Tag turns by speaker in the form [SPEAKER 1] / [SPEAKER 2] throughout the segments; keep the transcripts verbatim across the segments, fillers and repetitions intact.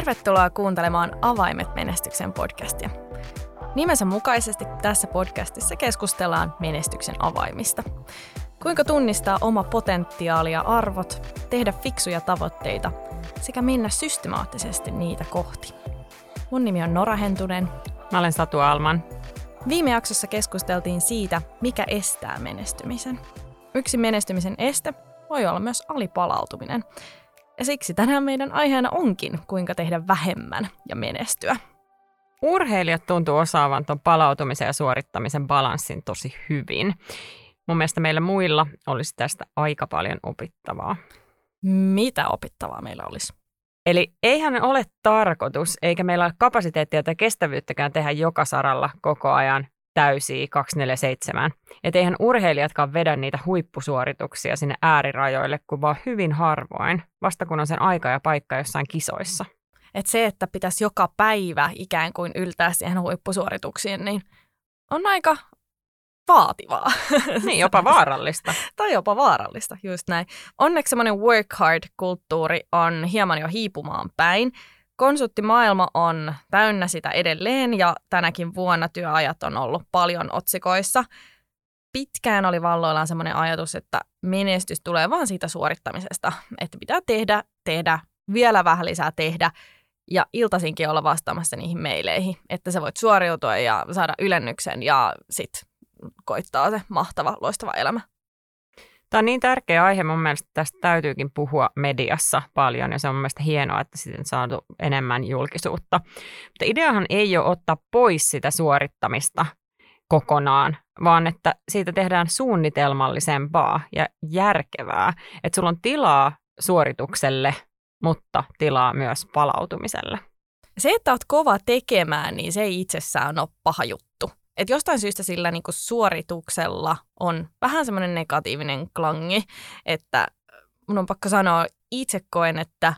[SPEAKER 1] Tervetuloa kuuntelemaan Avaimet menestyksen podcastia. Nimensä mukaisesti tässä podcastissa keskustellaan menestyksen avaimista. Kuinka tunnistaa oma potentiaali ja arvot, tehdä fiksuja tavoitteita sekä mennä systemaattisesti niitä kohti. Mun nimi on Nora Hentunen.
[SPEAKER 2] Mä olen Satu Alman.
[SPEAKER 1] Viime jaksossa keskusteltiin siitä, mikä estää menestymisen. Yksi menestymisen este voi olla myös alipalautuminen. Ja siksi tänään meidän aiheena onkin, kuinka tehdä vähemmän ja menestyä.
[SPEAKER 2] Urheilijat tuntuu osaavan tuon palautumisen ja suorittamisen balanssin tosi hyvin. Mun mielestä meillä muilla olisi tästä aika paljon opittavaa.
[SPEAKER 1] Mitä opittavaa meillä olisi?
[SPEAKER 2] Eli eihän ole tarkoitus, eikä meillä ole kapasiteettia tai kestävyyttäkään tehdä joka saralla koko ajan täysiä kaksikymmentäneljä seitsemän. Että eihän urheilijatkaan vedä niitä huippusuorituksia sinne äärirajoille, kun vaan hyvin harvoin, vasta kun on sen aika ja paikka jossain kisoissa.
[SPEAKER 1] Että se, että pitäisi joka päivä ikään kuin yltää siihen huippusuorituksiin, niin on aika vaativaa.
[SPEAKER 2] Niin, jopa vaarallista.
[SPEAKER 1] Tai jopa vaarallista, just näin. Onneksi semmoinen work hard-kulttuuri on hieman jo hiipumaan päin. Konsulttimaailma on täynnä sitä edelleen ja tänäkin vuonna työajat on ollut paljon otsikoissa. Pitkään oli valloillaan semmoinen ajatus, että menestys tulee vaan siitä suorittamisesta, että pitää tehdä, tehdä, vielä vähän lisää tehdä ja iltaisinkin olla vastaamassa niihin meileihin, että sä voit suoriutua ja saada ylennyksen ja sit koittaa se mahtava, loistava elämä.
[SPEAKER 2] Tämä on niin tärkeä aihe, mun mielestä tästä täytyykin puhua mediassa paljon ja se on mun mielestä hienoa, että siitä on saatu enemmän julkisuutta. Mutta ideahan ei ole ottaa pois sitä suorittamista kokonaan, vaan että siitä tehdään suunnitelmallisempaa ja järkevää. Että sulla on tilaa suoritukselle, mutta tilaa myös palautumiselle.
[SPEAKER 1] Se, että oot kova tekemään, niin se ei itsessään ole paha juttu. Että jostain syystä sillä niinku suorituksella on vähän semmoinen negatiivinen klangi, että mun on pakko sanoa, itse koen, että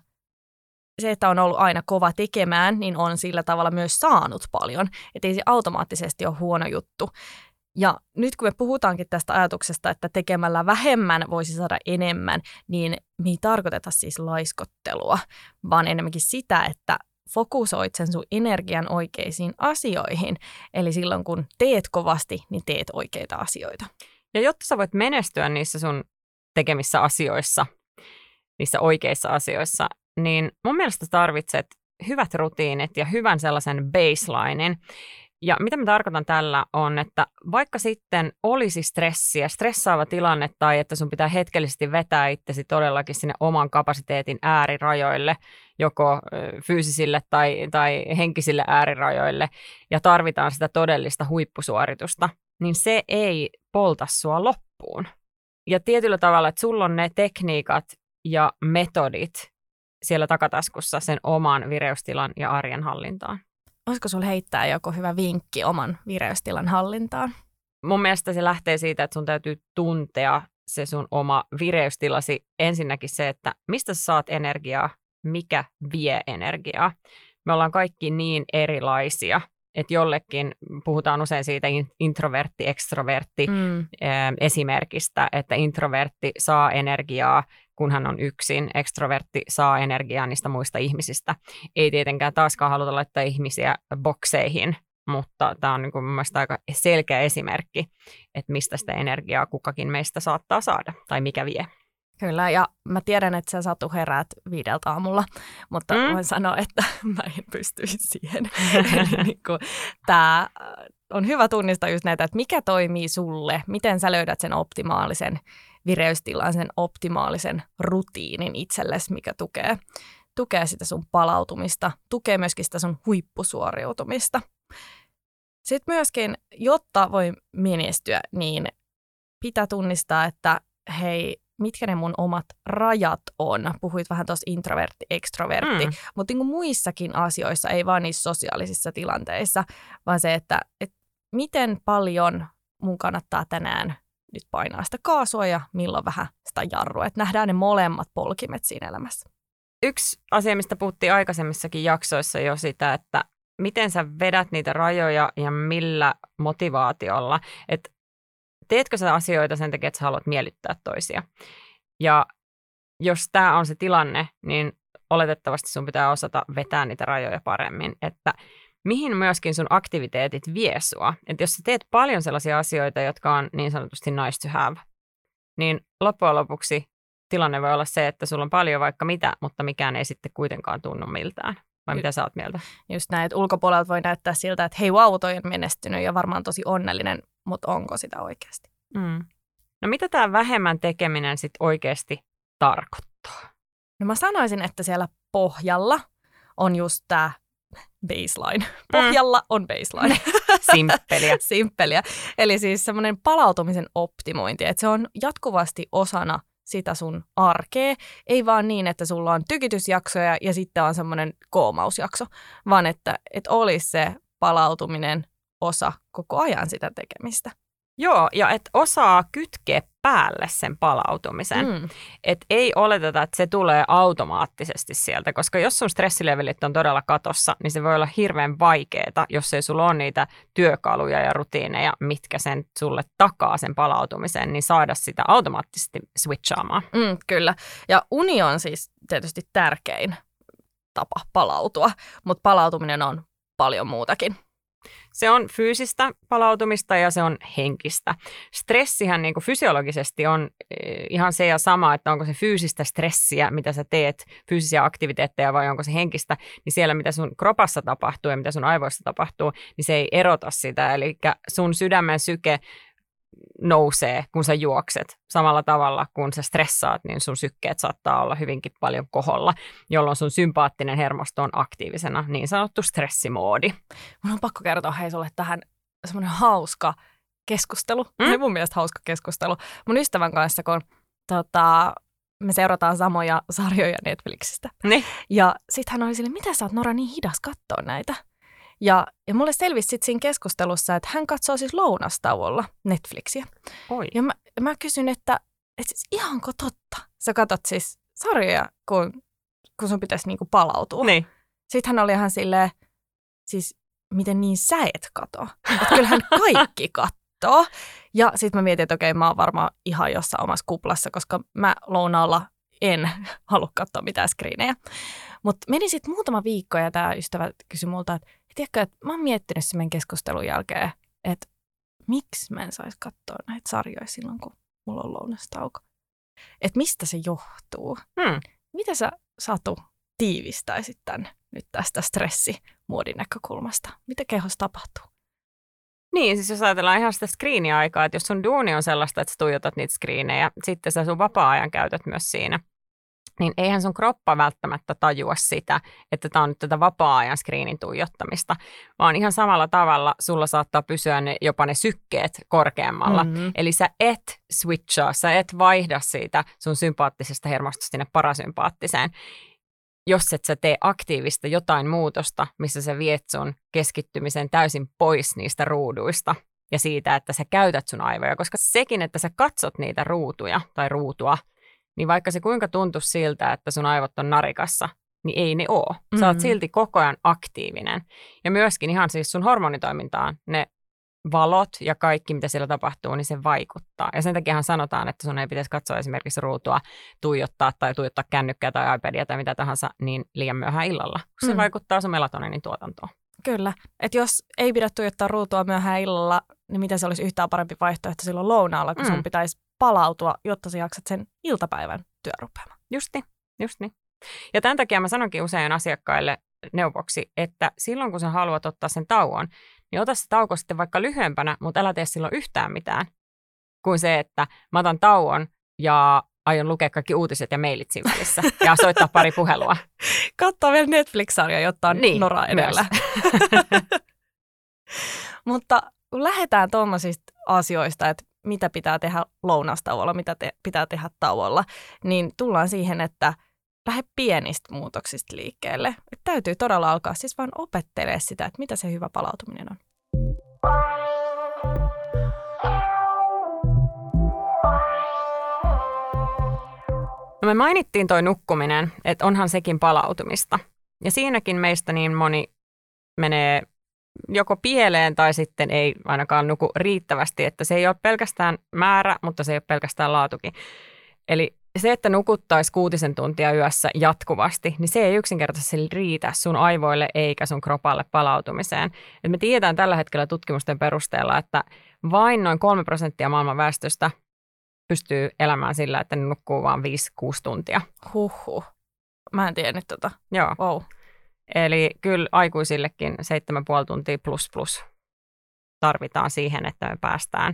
[SPEAKER 1] se, että on ollut aina kova tekemään, niin on sillä tavalla myös saanut paljon. Että ei se automaattisesti ole huono juttu. Ja nyt kun me puhutaankin tästä ajatuksesta, että tekemällä vähemmän voisi saada enemmän, niin me ei tarkoiteta siis laiskottelua, vaan enemmänkin sitä, että fokusoit sen sun energian oikeisiin asioihin. Eli silloin kun teet kovasti, niin teet oikeita asioita.
[SPEAKER 2] Ja jotta sä voit menestyä niissä sun tekemissä asioissa, niissä oikeissa asioissa, niin mun mielestä tarvitset hyvät rutiinit ja hyvän sellaisen baselinen. Ja mitä mä tarkoitan tällä on, että vaikka sitten olisi stressiä, stressaava tilanne tai että sun pitää hetkellisesti vetää itsesi todellakin sinne oman kapasiteetin äärirajoille, joko fyysisille tai, tai henkisille äärirajoille, ja tarvitaan sitä todellista huippusuoritusta, niin se ei polta sua loppuun. Ja tietyllä tavalla, että sulla on ne tekniikat ja metodit siellä takataskussa sen oman vireystilan ja arjen hallintaan.
[SPEAKER 1] Olisiko sulla heittää joku hyvä vinkki oman vireystilan hallintaan?
[SPEAKER 2] Mun mielestä se lähtee siitä, että sun täytyy tuntea se sun oma vireystilasi. Ensinnäkin se, että mistä sä saat energiaa, mikä vie energiaa. Me ollaan kaikki niin erilaisia, että jollekin puhutaan usein siitä introvertti, extrovertti mm. esimerkistä, että introvertti saa energiaa, kun hän on yksin, ekstrovertti saa energiaa niistä muista ihmisistä. Ei tietenkään taaskaan haluta laittaa ihmisiä bokseihin, mutta tämä on niin kuin mun mielestä aika selkeä esimerkki, että mistä sitä energiaa kukakin meistä saattaa saada tai mikä vie.
[SPEAKER 1] Kyllä, ja mä tiedän, että sä Satu heräät viideltä aamulla, mutta mm. voin sanoa, että mä en pystyisi siihen. Eli niin kuin, tää on hyvä tunnistaa just näitä, että mikä toimii sulle, miten sä löydät sen optimaalisen vireystilan, sen optimaalisen rutiinin itsellesi, mikä tukee, tukee sitä sun palautumista, tukee myöskin sitä sun huippusuoriutumista. Sitten myöskin, jotta voi menestyä, niin pitää tunnistaa, että hei, mitkä ne mun omat rajat on. Puhuit vähän tuossa introvertti, ekstrovertti, mm. mutta niin kuin muissakin asioissa, ei vaan niissä sosiaalisissa tilanteissa, vaan se, että, että miten paljon mun kannattaa tänään nyt painaa sitä kaasua ja milloin vähän sitä jarrua. Että nähdään ne molemmat polkimet siinä elämässä.
[SPEAKER 2] Yksi asia, mistä puhuttiin aikaisemmissakin jaksoissa jo sitä, että miten sä vedät niitä rajoja ja millä motivaatiolla. Että teetkö sä asioita sen takia, että sä haluat miellyttää toisia. Ja jos tämä on se tilanne, niin oletettavasti sun pitää osata vetää niitä rajoja paremmin, että mihin myöskin sun aktiviteetit vie sua. Että jos sä teet paljon sellaisia asioita, jotka on niin sanotusti nice to have, niin loppujen lopuksi tilanne voi olla se, että sulla on paljon vaikka mitä, mutta mikään ei sitten kuitenkaan tunnu miltään. Vai mitä sä oot mieltä?
[SPEAKER 1] Just näin, että ulkopuolelta voi näyttää siltä, että hei vau, toi on menestynyt ja varmaan tosi onnellinen, mutta onko sitä oikeasti?
[SPEAKER 2] Mm. No mitä tämä vähemmän tekeminen sitten oikeasti tarkoittaa?
[SPEAKER 1] No mä sanoisin, että siellä pohjalla on just tämä baseline. Pohjalla mm. on baseline.
[SPEAKER 2] Simppeliä.
[SPEAKER 1] Simppeliä. Eli siis semmoinen palautumisen optimointi, että se on jatkuvasti osana sitä sun arkea. Ei vaan niin, että sulla on tykitysjaksoja ja sitten on semmoinen koomausjakso, vaan että, että olisi se palautuminen osa koko ajan sitä tekemistä.
[SPEAKER 2] Joo, ja että osaa kytkeä päälle sen palautumisen. Mm. Että ei oleteta, että se tulee automaattisesti sieltä, koska jos sun stressilevelit on todella katossa, niin se voi olla hirveän vaikeaa, jos ei sulla ole niitä työkaluja ja rutiineja, mitkä sen sulle takaa sen palautumisen, niin saada sitä automaattisesti switchaamaan.
[SPEAKER 1] Mm, kyllä. Ja uni on siis tietysti tärkein tapa palautua, mutta palautuminen on paljon muutakin.
[SPEAKER 2] Se on fyysistä palautumista ja se on henkistä. Stressihän niin kuin fysiologisesti on ihan se ja sama, että onko se fyysistä stressiä, mitä sä teet, fyysisiä aktiviteetteja vai onko se henkistä, niin siellä mitä sun kropassa tapahtuu ja mitä sun aivoissa tapahtuu, niin se ei erota sitä. Eli sun sydämen syke nousee, kun sä juokset. Samalla tavalla, kun sä stressaat, niin sun sykkeet saattaa olla hyvinkin paljon koholla, jolloin sun sympaattinen hermosto on aktiivisena, niin sanottu stressimoodi.
[SPEAKER 1] Mun on pakko kertoa hei sulle tähän semmoinen hauska keskustelu. Mm? Se mun mielestä hauska keskustelu. Mun ystävän kanssa, kun tota, me seurataan samoja sarjoja Netflixistä.
[SPEAKER 2] Ne.
[SPEAKER 1] Ja sit hän oli silleen, mitä sä oot Nora niin hidas katsoa näitä? Ja, ja mulle selvisi sitten siinä keskustelussa, että hän katsoo siis lounastauolla Netflixiä.
[SPEAKER 2] Oi.
[SPEAKER 1] Ja mä, mä kysyn, että, että siis ihanko totta? Sä katsot siis sarjoja, kun, kun sun pitäisi niinku palautua.
[SPEAKER 2] Niin.
[SPEAKER 1] Sitten hän oli ihan silleen, siis miten niin sä et kato? Että kyllähän kaikki kattoo. Ja sitten mä mietin, että okei, mä oon varmaan ihan jossain omassa kuplassa, koska mä lounaalla en halua katsoa mitään screenejä. Mutta meni sitten muutama viikko ja tämä ystävä kysyi multa, että tiedätkö, että mä oon miettinyt sen meidän keskustelun jälkeen, että miksi mä en saisi katsoa näitä sarjoja silloin, kun mulla on lounastauko. Että mistä se johtuu?
[SPEAKER 2] Hmm.
[SPEAKER 1] Mitä sä, Satu, tiivistäisit tämän nyt tästä stressimuodin näkökulmasta? Mitä kehossa tapahtuu?
[SPEAKER 2] Niin, siis jos ajatellaan ihan sitä screeni-aikaa, että jos sun duuni on sellaista, että sä tuijotat niitä screenejä, sitten sä sun vapaa-ajan käytät myös siinä, niin eihän sun kroppa välttämättä tajua sitä, että tämä on nyt tätä vapaa-ajan screenin tuijottamista, vaan ihan samalla tavalla sulla saattaa pysyä ne, jopa ne sykkeet korkeammalla. Mm-hmm. Eli sä et switchaa, sä et vaihda siitä sun sympaattisesta hermostosta sinne parasympaattiseen, jos et sä tee aktiivista jotain muutosta, missä sä viet sun keskittymisen täysin pois niistä ruuduista ja siitä, että sä käytät sun aivoja, koska sekin, että sä katsot niitä ruutuja tai ruutua, niin vaikka se kuinka tuntuisi siltä, että sun aivot on narikassa, niin ei ne oo. Sä mm-hmm. oot silti koko ajan aktiivinen. Ja myöskin ihan siis sun hormonitoimintaan ne valot ja kaikki, mitä siellä tapahtuu, niin se vaikuttaa. Ja sen takiahan sanotaan, että sun ei pitäisi katsoa esimerkiksi ruutua, tuijottaa tai tuijottaa kännykkää tai iPadia tai mitä tahansa niin liian myöhään illalla, kun se mm. vaikuttaa sun melatoninin tuotantoon.
[SPEAKER 1] Kyllä. Että jos ei pidä tuijottaa ruutua myöhään illalla, niin mitä se olisi yhtään parempi vaihtoehto silloin lounaalla, kun mm. sun pitäisi palautua, jotta sä jaksat sen iltapäivän työrupeamaan.
[SPEAKER 2] Just niin, just niin. Ja tämän takia mä sanonkin usein asiakkaille neuvoksi, että silloin kun sä haluat ottaa sen tauon, niin ota se tauko sitten vaikka lyhyempänä, mutta älä tee silloin yhtään mitään, kuin se, että mä otan tauon ja aion lukea kaikki uutiset ja mailit siinä välissä ja soittaa pari puhelua.
[SPEAKER 1] Katsoa vielä Netflix-sarja, jotta on
[SPEAKER 2] niin,
[SPEAKER 1] Nora edellä. Mutta kun lähdetään tuommoisista asioista, että mitä pitää tehdä lounastauolla, mitä te- pitää tehdä tauolla, niin tullaan siihen, että lähde pienistä muutoksista liikkeelle. Et täytyy todella alkaa siis vaan opettelemaan sitä, että mitä se hyvä palautuminen on.
[SPEAKER 2] No me mainittiin toi nukkuminen, että onhan sekin palautumista. Ja siinäkin meistä niin moni menee joko pieleen tai sitten ei ainakaan nuku riittävästi, että se ei ole pelkästään määrä, mutta se ei ole pelkästään laatukin. Eli se, että nukuttaisi kuutisen tuntia yössä jatkuvasti, niin se ei yksinkertaisesti riitä sun aivoille eikä sun kropalle palautumiseen. Et me tiedetään tällä hetkellä tutkimusten perusteella, että vain noin kolme prosenttia maailman väestöstä pystyy elämään sillä, että ne nukkuu vain viisi kuusi tuntia.
[SPEAKER 1] Huhhuh. Mä en tiennyt tota.
[SPEAKER 2] Joo.
[SPEAKER 1] Wow.
[SPEAKER 2] Eli kyllä aikuisillekin seitsemän puoli tuntia plus plus tarvitaan siihen, että me päästään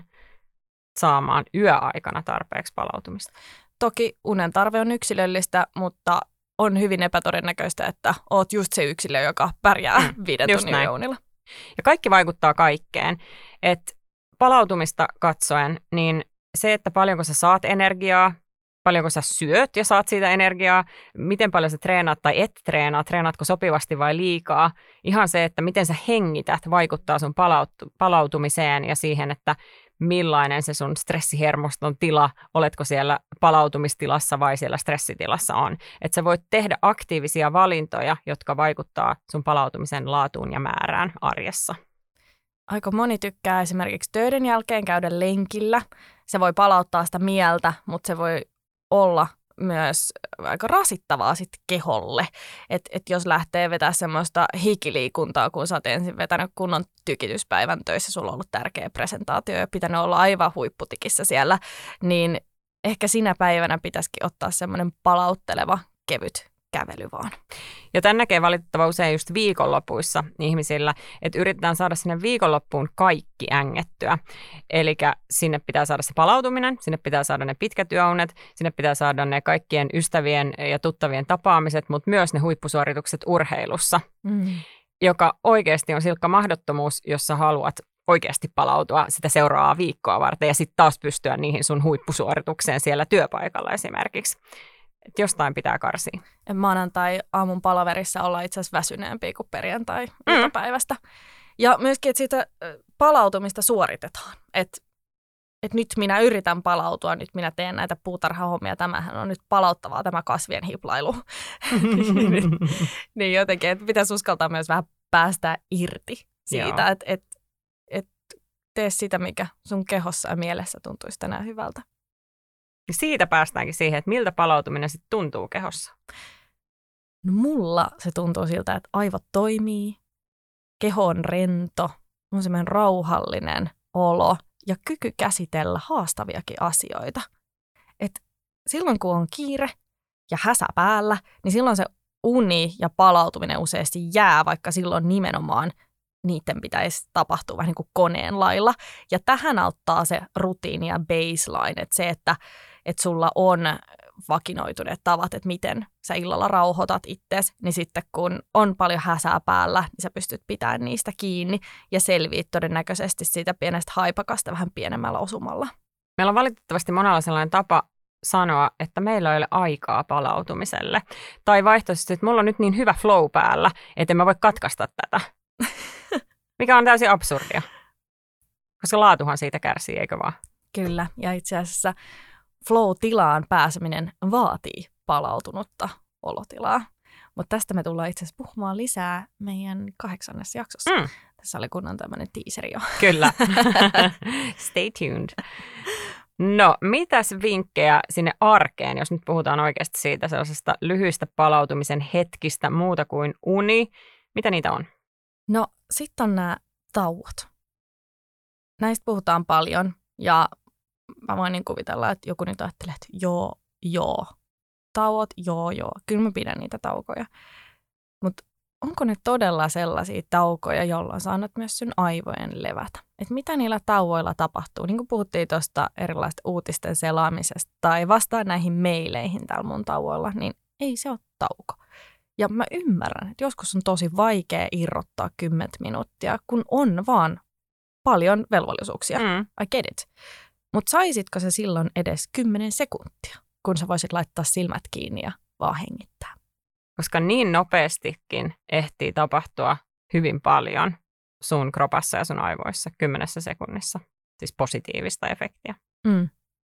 [SPEAKER 2] saamaan yöaikana tarpeeksi palautumista.
[SPEAKER 1] Toki unen tarve on yksilöllistä, mutta on hyvin epätodennäköistä, että oot just se yksilö, joka pärjää mm, viiden tunnin yöunilla.
[SPEAKER 2] Ja kaikki vaikuttaa kaikkeen. Et palautumista katsoen, niin se, että paljonko sä saat energiaa, paljonko sä syöt ja saat siitä energiaa, miten paljon sä treenaat tai et treenaa, treenaatko sopivasti vai liikaa. Ihan se, että miten sä hengität, vaikuttaa sun palautu- palautumiseen ja siihen, että millainen se sun stressihermoston tila, oletko siellä palautumistilassa vai siellä stressitilassa on. Että sä voit tehdä aktiivisia valintoja, jotka vaikuttaa sun palautumisen laatuun ja määrään arjessa.
[SPEAKER 1] Aika moni tykkää esimerkiksi töiden jälkeen käydä lenkillä. Se voi palauttaa sitä mieltä, mutta se voi olla myös aika rasittavaa sit keholle. Että et jos lähtee vetää semmoista hikiliikuntaa, kun sä oot ensin vetänyt kunnon tykityspäivän töissä, sulla on ollut tärkeä presentaatio ja pitänyt olla aivan huipputikissä siellä, niin ehkä sinä päivänä pitäisikin ottaa semmoinen palautteleva kevyt kävely vaan.
[SPEAKER 2] Ja tämän näkee valitettavan usein just viikonlopuissa ihmisillä, että yritetään saada sinne viikonloppuun kaikki ängettyä. Eli sinne pitää saada se palautuminen, sinne pitää saada ne pitkät yöunet, sinne pitää saada ne kaikkien ystävien ja tuttavien tapaamiset, mutta myös ne huippusuoritukset urheilussa, mm. joka oikeasti on silkka mahdottomuus, jos sä haluat oikeasti palautua sitä seuraavaa viikkoa varten ja sitten taas pystyä niihin sun huippusuoritukseen siellä työpaikalla esimerkiksi. Että jostain pitää karsia.
[SPEAKER 1] Maanantai aamun palaverissa ollaan itse asiassa väsyneempiä kuin perjantai iltapäivästä. Mm. Ja myöskin, että siitä palautumista suoritetaan. Että et nyt minä yritän palautua, nyt minä teen näitä puutarhahommia. Tämähän on nyt palauttavaa tämä kasvien hiplailu. niin, niin jotenkin, että pitäisi uskaltaa myös vähän päästä irti siitä, että et, et tee sitä, mikä sun kehossa ja mielessä tuntuisi tänään hyvältä.
[SPEAKER 2] Ja siitä päästäänkin siihen, että miltä palautuminen sitten tuntuu kehossa.
[SPEAKER 1] No mulla se tuntuu siltä, että aivot toimii, keho on rento, on semmoinen rauhallinen olo ja kyky käsitellä haastaviakin asioita. Et silloin kun on kiire ja häsä päällä, niin silloin se uni ja palautuminen useasti jää, vaikka silloin nimenomaan niiden pitäisi tapahtua vähän niin kuin koneen lailla. Ja tähän auttaa se rutiini ja baseline, että se, että, että sulla on vakinoituneet tavat, että miten sä illalla rauhoitat itseäsi, niin sitten kun on paljon häsää päällä, niin sä pystyt pitämään niistä kiinni ja selviät todennäköisesti siitä pienestä haipakasta vähän pienemmällä osumalla.
[SPEAKER 2] Meillä on valitettavasti monella sellainen tapa sanoa, että meillä ei ole aikaa palautumiselle. Tai vaihtoehtoisesti, että mulla on nyt niin hyvä flow päällä, että en mä voi katkaista tätä. Mikä on täysin absurdia, koska laatuhan siitä kärsii, eikö vaan?
[SPEAKER 1] Kyllä, ja itse asiassa flow-tilaan pääseminen vaatii palautunutta olotilaa. Mutta tästä me tullaan itse asiassa puhumaan lisää meidän kahdeksannessa jaksossa. Mm. Tässä oli kunnon tämmöinen teaseri jo.
[SPEAKER 2] Kyllä. Stay tuned. No, mitäs vinkkejä sinne arkeen, jos nyt puhutaan oikeasti siitä sellaisesta lyhyistä palautumisen hetkistä muuta kuin uni? Mitä niitä on?
[SPEAKER 1] No, sitten on nämä tauot. Näistä puhutaan paljon ja mä voin niin kuvitella, että joku nyt ajattelee, että joo, joo. Tauot, joo, joo. Kyllä mä pidän niitä taukoja. Mutta onko ne todella sellaisia taukoja, jolloin sä annat myös sun aivojen levätä? Että mitä niillä tauoilla tapahtuu? Niin kuin puhuttiin tuosta erilaista uutisten selaamisesta tai vastaan näihin meileihin täällä mun tauoilla, niin ei se ole tauko. Ja mä ymmärrän, että joskus on tosi vaikea irrottaa kymmentä minuuttia, kun on vaan paljon velvollisuuksia. Mm. I get it. Mutta saisitko sä silloin edes kymmenen sekuntia, kun sä voisit laittaa silmät kiinni ja vaan hengittää?
[SPEAKER 2] Koska niin nopeastikin ehtii tapahtua hyvin paljon sun kropassa ja sun aivoissa kymmenessä sekunnissa. Siis positiivista efektiä.
[SPEAKER 1] Mm.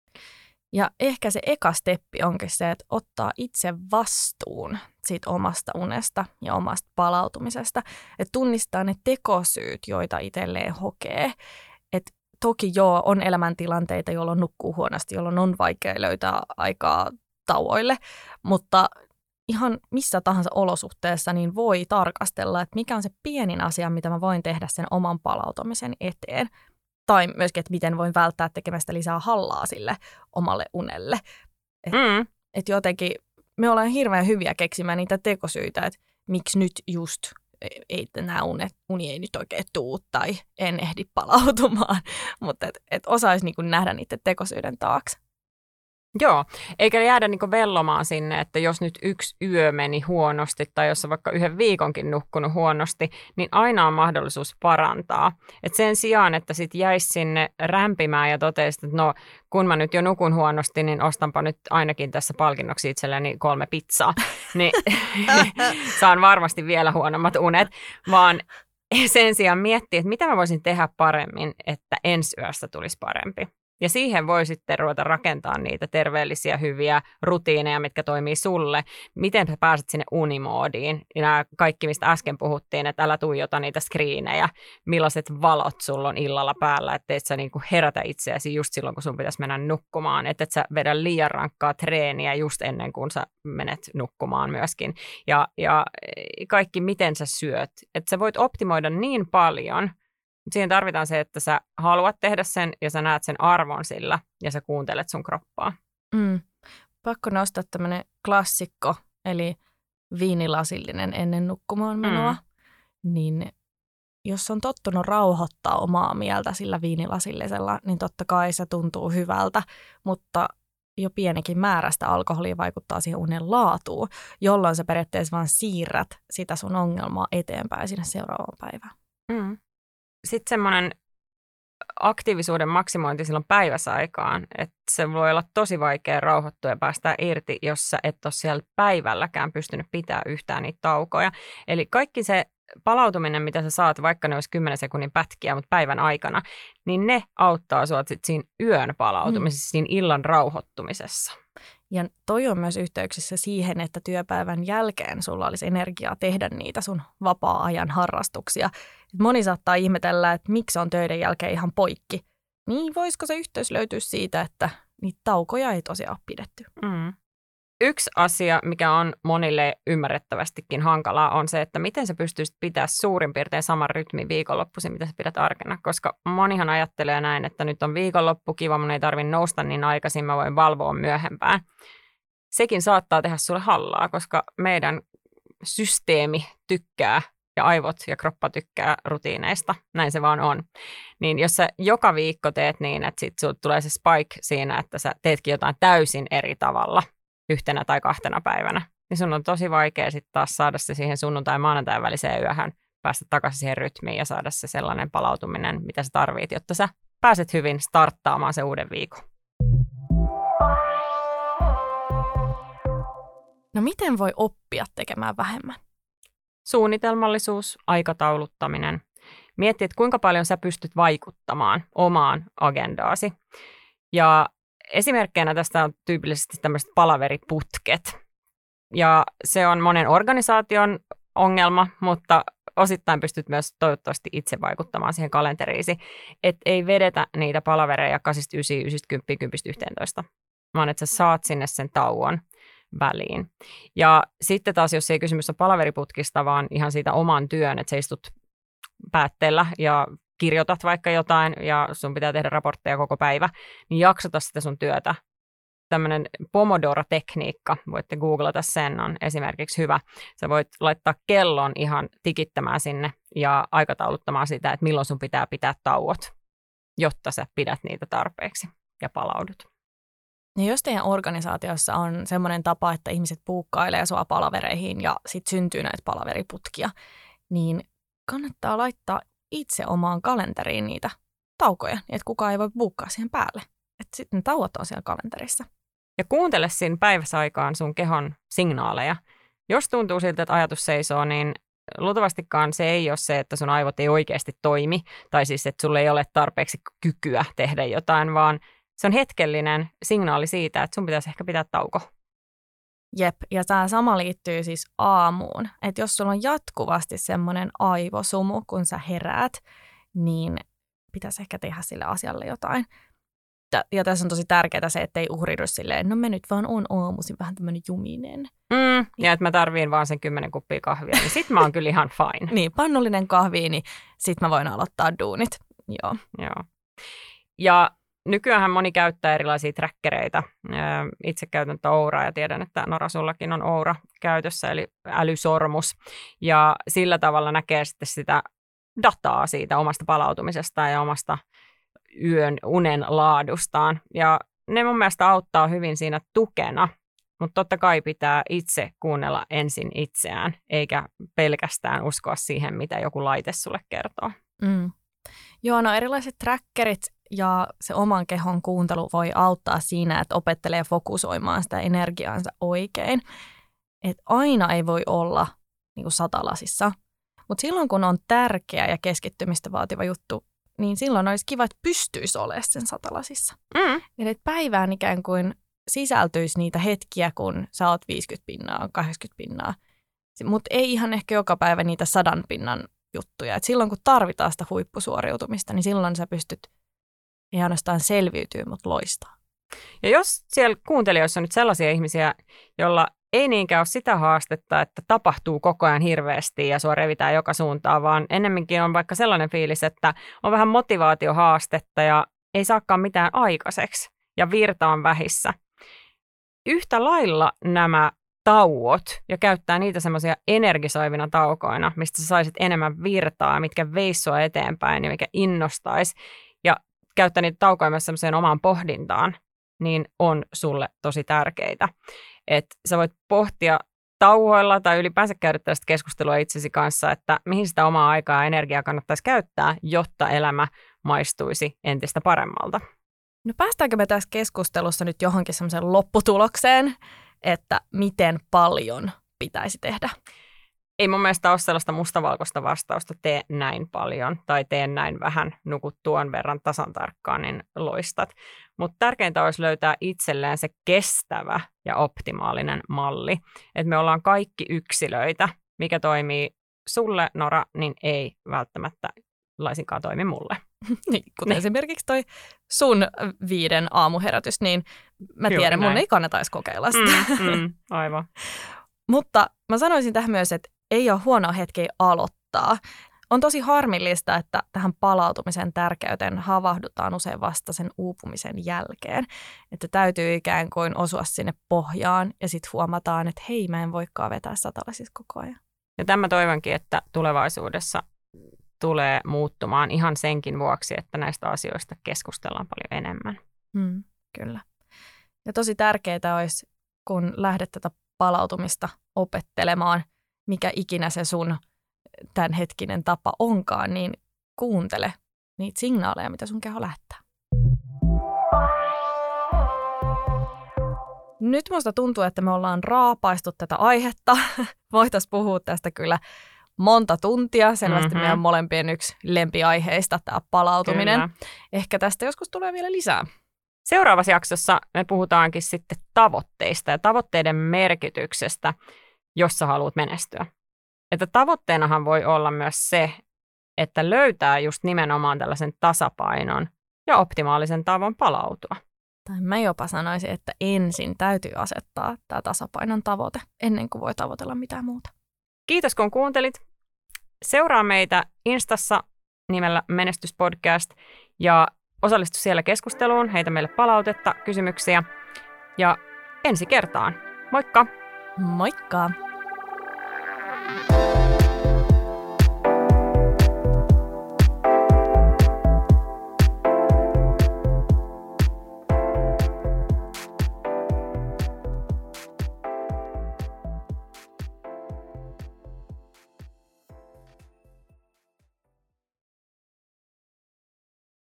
[SPEAKER 1] Ja ehkä se eka steppi onkin se, että ottaa itse vastuun siitä omasta unesta ja omasta palautumisesta. Että tunnistaa ne tekosyyt, joita itselleen hokee. Että toki joo, on elämäntilanteita, jolloin nukkuu huonosti, jolloin on vaikea löytää aikaa tauoille, mutta ihan missä tahansa olosuhteessa niin voi tarkastella, että mikä on se pienin asia, mitä mä voin tehdä sen oman palautumisen eteen. Tai myöskin, että miten voin välttää tekemästä lisää hallaa sille omalle unelle. Että
[SPEAKER 2] Mm.
[SPEAKER 1] et jotenkin me ollaan hirveän hyviä keksimään niitä tekosyitä, että miksi nyt just ei nämä unet, uni ei nyt oikein tuu tai en ehdi palautumaan. Mutta että et osaisi niinku nähdä niiden tekosyiden taakse.
[SPEAKER 2] Joo, eikä jäädä niinku vellomaan sinne, että jos nyt yksi yö meni huonosti tai jos on vaikka yhden viikonkin nukkunut huonosti, niin aina on mahdollisuus parantaa. Et sen sijaan, että sit jäisi sinne rämpimään ja toteisit, että no kun mä nyt jo nukun huonosti, niin ostanpa nyt ainakin tässä palkinnoksi itselleni kolme pizzaa, niin saan varmasti vielä huonommat unet, vaan sen sijaan miettiä, että mitä mä voisin tehdä paremmin, että ensi yöstä tulisi parempi. Ja siihen voi sitten ruveta rakentamaan niitä terveellisiä, hyviä rutiineja, mitkä toimii sulle. Miten sä pääset sinne unimoodiin? Ja nämä kaikki, mistä äsken puhuttiin, että älä tuijota niitä screenejä. Millaiset valot sulla on illalla päällä, että et sä niinku herätä itseäsi just silloin, kun sun pitäisi mennä nukkumaan. Että et sä vedä liian rankkaa treeniä just ennen kuin sä menet nukkumaan myöskin. Ja, ja kaikki, miten sä syöt. Että sä voit optimoida niin paljon. Siihen tarvitaan se, että sä haluat tehdä sen ja sä näet sen arvon sillä ja sä kuuntelet sun kroppaa.
[SPEAKER 1] Mm. Pakko nostaa tämmöinen klassikko, eli viinilasillinen ennen nukkumaan menoa. Mm. Niin jos on tottunut rauhoittaa omaa mieltä sillä viinilasillisella, niin totta kai se tuntuu hyvältä, mutta jo pienikin määrästä alkoholia vaikuttaa siihen unen laatuun, jolloin sä periaatteessa vaan siirrät sitä sun ongelmaa eteenpäin sinne seuraavaan päivään.
[SPEAKER 2] Mm. Sitten semmoinen aktiivisuuden maksimointi silloin päiväsaikaan, että se voi olla tosi vaikea rauhoittua ja päästä irti, jos sä et ole siellä päivälläkään pystynyt pitämään yhtään niitä taukoja. Eli kaikki se palautuminen, mitä sä saat, vaikka ne olisi kymmenen sekunnin pätkiä, mutta päivän aikana, niin ne auttaa sua sit siinä yön palautumisessa, mm. siinä illan rauhoittumisessa.
[SPEAKER 1] Ja toi on myös yhteyksissä siihen, että työpäivän jälkeen sulla olisi energiaa tehdä niitä sun vapaa-ajan harrastuksia. Moni saattaa ihmetellä, että miksi on töiden jälkeen ihan poikki. Niin voisiko se yhteys löytyä siitä, että niitä taukoja ei tosiaan ole pidetty?
[SPEAKER 2] Mm. Yksi asia, mikä on monille ymmärrettävästikin hankalaa, on se, että miten sä pystyisit pitämään suurin piirtein saman rytmin viikonloppuisin, mitä sä pidät arkena. Koska monihan ajattelee näin, että nyt on viikonloppu, kiva, mun ei tarvitse nousta niin aikaisin, mä voin valvoa myöhempään. Sekin saattaa tehdä sulle hallaa, koska meidän systeemi tykkää ja aivot ja kroppa tykkää rutiineista. Näin se vaan on. Niin jos sä joka viikko teet niin, että sit sulle tulee se spike siinä, että sä teetkin jotain täysin eri tavalla yhtenä tai kahtena päivänä, niin sun on tosi vaikea sitten taas saada se siihen sunnuntai- ja maanantain väliseen yöhön, päästä takaisin siihen rytmiin ja saada se sellainen palautuminen, mitä sä tarvit, jotta sä pääset hyvin starttaamaan se uuden viikon.
[SPEAKER 1] No miten voi oppia tekemään vähemmän?
[SPEAKER 2] Suunnitelmallisuus, aikatauluttaminen. Mieti, että kuinka paljon sä pystyt vaikuttamaan omaan agendaasi. Ja esimerkkeinä tästä on tyypillisesti tämmöiset palaveriputket. Ja se on monen organisaation ongelma, mutta osittain pystyt myös toivottavasti itse vaikuttamaan siihen kalenteriisi, että ei vedetä niitä palavereja kahdesta yhdeksään, yhdestä kymmeneen, kymmenestä yhteentoista, vaan että sä saat sinne sen tauon väliin. Ja sitten taas, jos ei kysymys ole palaveriputkista, vaan ihan siitä oman työn, että sä istut päätteellä ja kirjoitat vaikka jotain ja sun pitää tehdä raportteja koko päivä, niin jaksota sitä sun työtä. Tämmöinen Pomodoro-tekniikka, voitte googlata sen, on esimerkiksi hyvä. Sä voit laittaa kellon ihan tikittämään sinne ja aikatauluttamaan sitä, että milloin sun pitää pitää tauot, jotta sä pidät niitä tarpeeksi ja palaudut.
[SPEAKER 1] Ja jos teidän organisaatiossa on semmoinen tapa, että ihmiset puukkailee sua palavereihin ja sitten syntyy näitä palaveriputkia, niin kannattaa laittaa itse omaan kalenteriin niitä taukoja, että kukaan ei voi buukkaa siihen päälle. Että sitten ne tauot on siellä kalenterissa.
[SPEAKER 2] Ja kuuntele siinä päiväsaikaan sun kehon signaaleja. Jos tuntuu siltä, että ajatus seisoo, niin luultavastikaan se ei ole se, että sun aivot ei oikeasti toimi, tai siis, että sulla ei ole tarpeeksi kykyä tehdä jotain, vaan se on hetkellinen signaali siitä, että sun pitäisi ehkä pitää tauko.
[SPEAKER 1] Jep, ja tämä sama liittyy siis aamuun. Että jos sulla on jatkuvasti semmoinen aivosumu, kun sä heräät, niin pitäisi ehkä tehdä sille asialle jotain. Ja tässä on tosi tärkeää se, että ei uhridu silleen, no mä nyt vaan on aamuisin vähän tämmöinen juminen.
[SPEAKER 2] Mm, ja että mä tarviin vaan sen kymmenen kuppia kahvia, niin sit mä oon kyllä ihan fine.
[SPEAKER 1] Niin, pannullinen kahvi, niin sit mä voin aloittaa duunit. Joo.
[SPEAKER 2] Joo. Ja nykyäänhän moni käyttää erilaisia trackereita. Itse käytän Ouraa ja tiedän, että Nora sullakin on Oura käytössä, eli älysormus. Ja sillä tavalla näkee sitten sitä dataa siitä omasta palautumisesta ja omasta yön unen laadustaan. Ja ne mun mielestä auttaa hyvin siinä tukena, mutta totta kai pitää itse kuunnella ensin itseään, eikä pelkästään uskoa siihen, mitä joku laite sulle kertoo.
[SPEAKER 1] Mm. Joo, no erilaiset trackerit ja se oman kehon kuuntelu voi auttaa siinä, että opettelee fokusoimaan sitä energiaansa oikein. Et aina ei voi olla niin kuin satalasissa, mutta silloin kun on tärkeä ja keskittymistä vaativa juttu, niin silloin olisi kiva, että pystyisi olemaan sen satalasissa.
[SPEAKER 2] Mm.
[SPEAKER 1] Eli että päivään ikään kuin sisältyisi niitä hetkiä, kun sä oot viisikymmentä pinnaa, kahdeksankymmentä pinnaa, mutta ei ihan ehkä joka päivä niitä sadan pinnan juttuja. Et silloin kun tarvitaan sitä huippusuoriutumista, niin silloin sä pystyt ei ainoastaan selviytyä, mutta loistaa.
[SPEAKER 2] Ja jos siellä kuuntelijoissa on nyt sellaisia ihmisiä, joilla ei niinkään ole sitä haastetta, että tapahtuu koko ajan hirveästi ja sua revitään joka suuntaan, vaan ennemminkin on vaikka sellainen fiilis, että on vähän motivaatiohaastetta ja ei saakaan mitään aikaiseksi ja virta on vähissä. Yhtä lailla nämä tauot ja käyttää niitä semmoisia energisoivina taukoina, mistä sä saisit enemmän virtaa, mitkä veis sua eteenpäin ja mikä innostaisi. Ja käyttää niitä taukoja myös semmoiseen omaan pohdintaan, niin on sulle tosi tärkeitä. Että sä voit pohtia tauoilla tai ylipäänsä käydä tällaista keskustelua itsesi kanssa, että mihin sitä omaa aikaa ja energiaa kannattaisi käyttää, jotta elämä maistuisi entistä paremmalta.
[SPEAKER 1] No päästäänkö me tässä keskustelussa nyt johonkin semmoiseen lopputulokseen, että miten paljon pitäisi tehdä?
[SPEAKER 2] Ei mun mielestä ole sellaista mustavalkoista vastausta, tee näin paljon tai tee näin vähän, nukut tuon verran tasan tarkkaan, niin loistat. Mutta tärkeintä olisi löytää itselleen se kestävä ja optimaalinen malli. Että me ollaan kaikki yksilöitä, mikä toimii sulle, Nora, niin ei välttämättä laisinkaan toimi mulle.
[SPEAKER 1] Niin, kuten ne. Esimerkiksi toi sun viiden aamuherätys, niin mä
[SPEAKER 2] Kyllä,
[SPEAKER 1] tiedän,
[SPEAKER 2] näin.
[SPEAKER 1] mun ei kannata edes kokeilla sitä.
[SPEAKER 2] Mm, mm, aivan.
[SPEAKER 1] Mutta mä sanoisin tähän myös, että ei ole huonoa hetkeä aloittaa. On tosi harmillista, että tähän palautumisen tärkeyteen havahdutaan usein vasta sen uupumisen jälkeen. Että täytyy ikään kuin osua sinne pohjaan ja sitten huomataan, että hei, mä en voikaan vetää satalasissa koko ajan.
[SPEAKER 2] Ja tämä toivonkin, että tulevaisuudessa tulee muuttumaan ihan senkin vuoksi, että näistä asioista keskustellaan paljon enemmän.
[SPEAKER 1] Hmm, kyllä. Ja tosi tärkeää olisi, kun lähdet tätä palautumista opettelemaan, mikä ikinä se sun tämänhetkinen tapa onkaan, niin kuuntele niitä signaaleja, mitä sun keho lähettää. Nyt musta tuntuu, että me ollaan raapaistu tätä aihetta. Voitaisiin puhua tästä kyllä monta tuntia. Selvästi mm-hmm. meidän molempien yksi lempiaiheista, tämä palautuminen. Kyllä. Ehkä tästä joskus tulee vielä lisää.
[SPEAKER 2] Seuraavassa jaksossa me puhutaankin sitten tavoitteista ja tavoitteiden merkityksestä, jos sä haluat menestyä. Että tavoitteenahan voi olla myös se, että löytää just nimenomaan tällaisen tasapainon ja optimaalisen tavan palautua.
[SPEAKER 1] Tai mä jopa sanoisin, että ensin täytyy asettaa tämä tasapainon tavoite, ennen kuin voi tavoitella mitään muuta.
[SPEAKER 2] Kiitos kun kuuntelit. Seuraa meitä Instassa nimellä Menestyspodcast ja osallistu siellä keskusteluun, heitä meille palautetta, kysymyksiä ja ensi kertaan. Moikka!
[SPEAKER 1] Moikka!